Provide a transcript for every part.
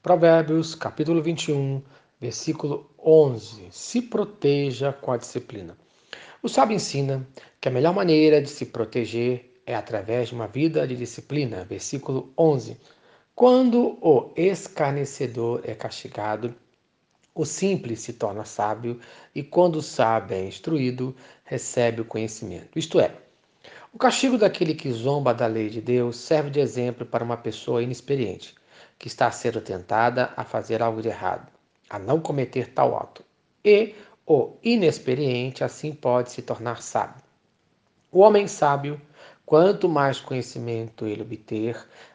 Provérbios, capítulo 21, versículo 11. Se proteja com a disciplina. O sábio ensina que a melhor maneira de se proteger é através de uma vida de disciplina. Versículo 11. Quando o escarnecedor é castigado, o simples se torna sábio, e quando o sábio é instruído, recebe o conhecimento. Isto é, o castigo daquele que zomba da lei de Deus serve de exemplo para uma pessoa inexperiente, que está sendo tentada a fazer algo de errado, a não cometer tal ato. E o inexperiente assim pode se tornar sábio. O homem sábio, quanto mais conhecimento ele obter,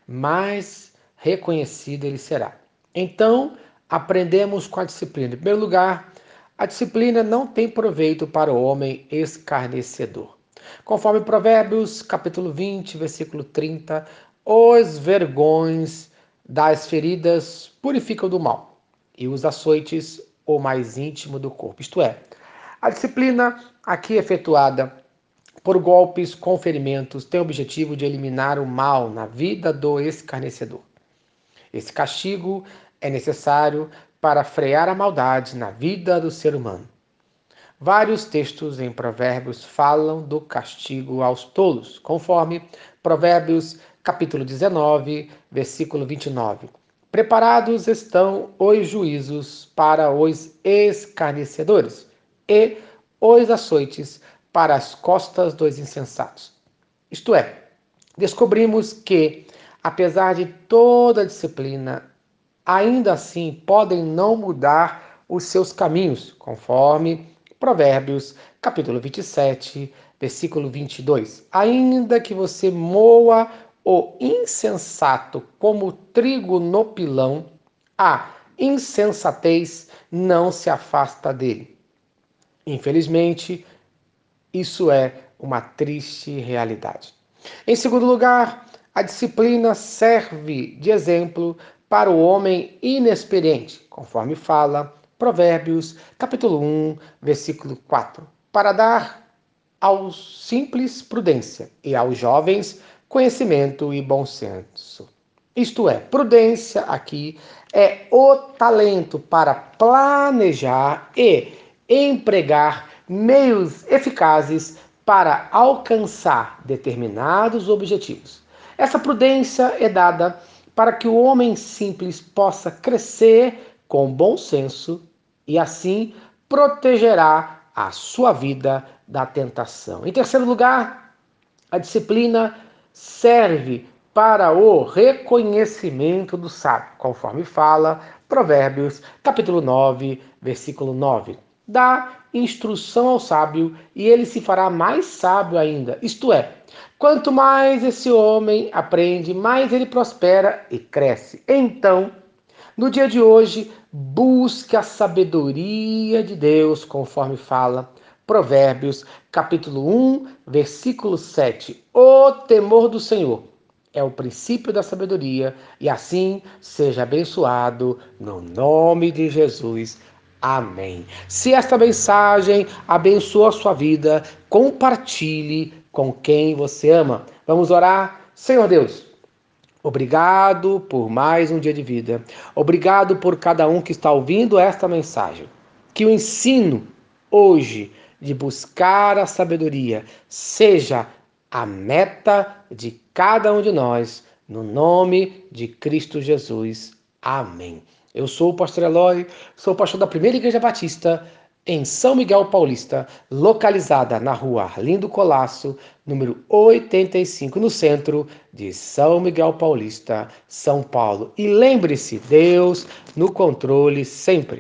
mais reconhecido ele será. Então, aprendemos com a disciplina. Em primeiro lugar, a disciplina não tem proveito para o homem escarnecedor. Conforme Provérbios, capítulo 20, versículo 30, os vergões das feridas purificam do mal, e os açoites o mais íntimo do corpo. Isto é, a disciplina aqui efetuada por golpes com ferimentos tem o objetivo de eliminar o mal na vida do escarnecedor. Esse castigo é necessário para frear a maldade na vida do ser humano. Vários textos em Provérbios falam do castigo aos tolos, conforme Provérbios capítulo 19, versículo 29. Preparados estão os juízos para os escarnecedores e os açoites para as costas dos insensatos. Isto é, descobrimos que, apesar de toda a disciplina, ainda assim podem não mudar os seus caminhos, conforme Provérbios, capítulo 27, versículo 22. Ainda que você moa o insensato como trigo no pilão, a insensatez não se afasta dele. Infelizmente, isso é uma triste realidade. Em segundo lugar, a disciplina serve de exemplo para o homem inexperiente, conforme fala Provérbios, capítulo 1, versículo 4, para dar aos simples prudência e aos jovens conhecimento e bom senso. Isto é, prudência aqui é o talento para planejar e empregar meios eficazes para alcançar determinados objetivos. Essa prudência é dada para que o homem simples possa crescer com bom senso e assim protegerá a sua vida da tentação. Em terceiro lugar, a disciplina serve para o reconhecimento do sábio, conforme fala Provérbios, capítulo 9, versículo 9. Dá instrução ao sábio e ele se fará mais sábio ainda. Isto é, quanto mais esse homem aprende, mais ele prospera e cresce. Então, no dia de hoje, busque a sabedoria de Deus, conforme fala Provérbios, capítulo 1, versículo 7. O temor do Senhor é o princípio da sabedoria, e assim seja abençoado no nome de Jesus. Amém. Se esta mensagem abençoa a sua vida, compartilhe com quem você ama. Vamos orar? Senhor Deus, obrigado por mais um dia de vida. Obrigado por cada um que está ouvindo esta mensagem. Que o ensino hoje de buscar a sabedoria seja a meta de cada um de nós, no nome de Cristo Jesus. Amém. Eu sou o pastor Eloy, sou pastor da Primeira Igreja Batista em São Miguel Paulista, localizada na rua Arlindo Colasso, número 85, no centro de São Miguel Paulista, São Paulo. E lembre-se, Deus no controle sempre.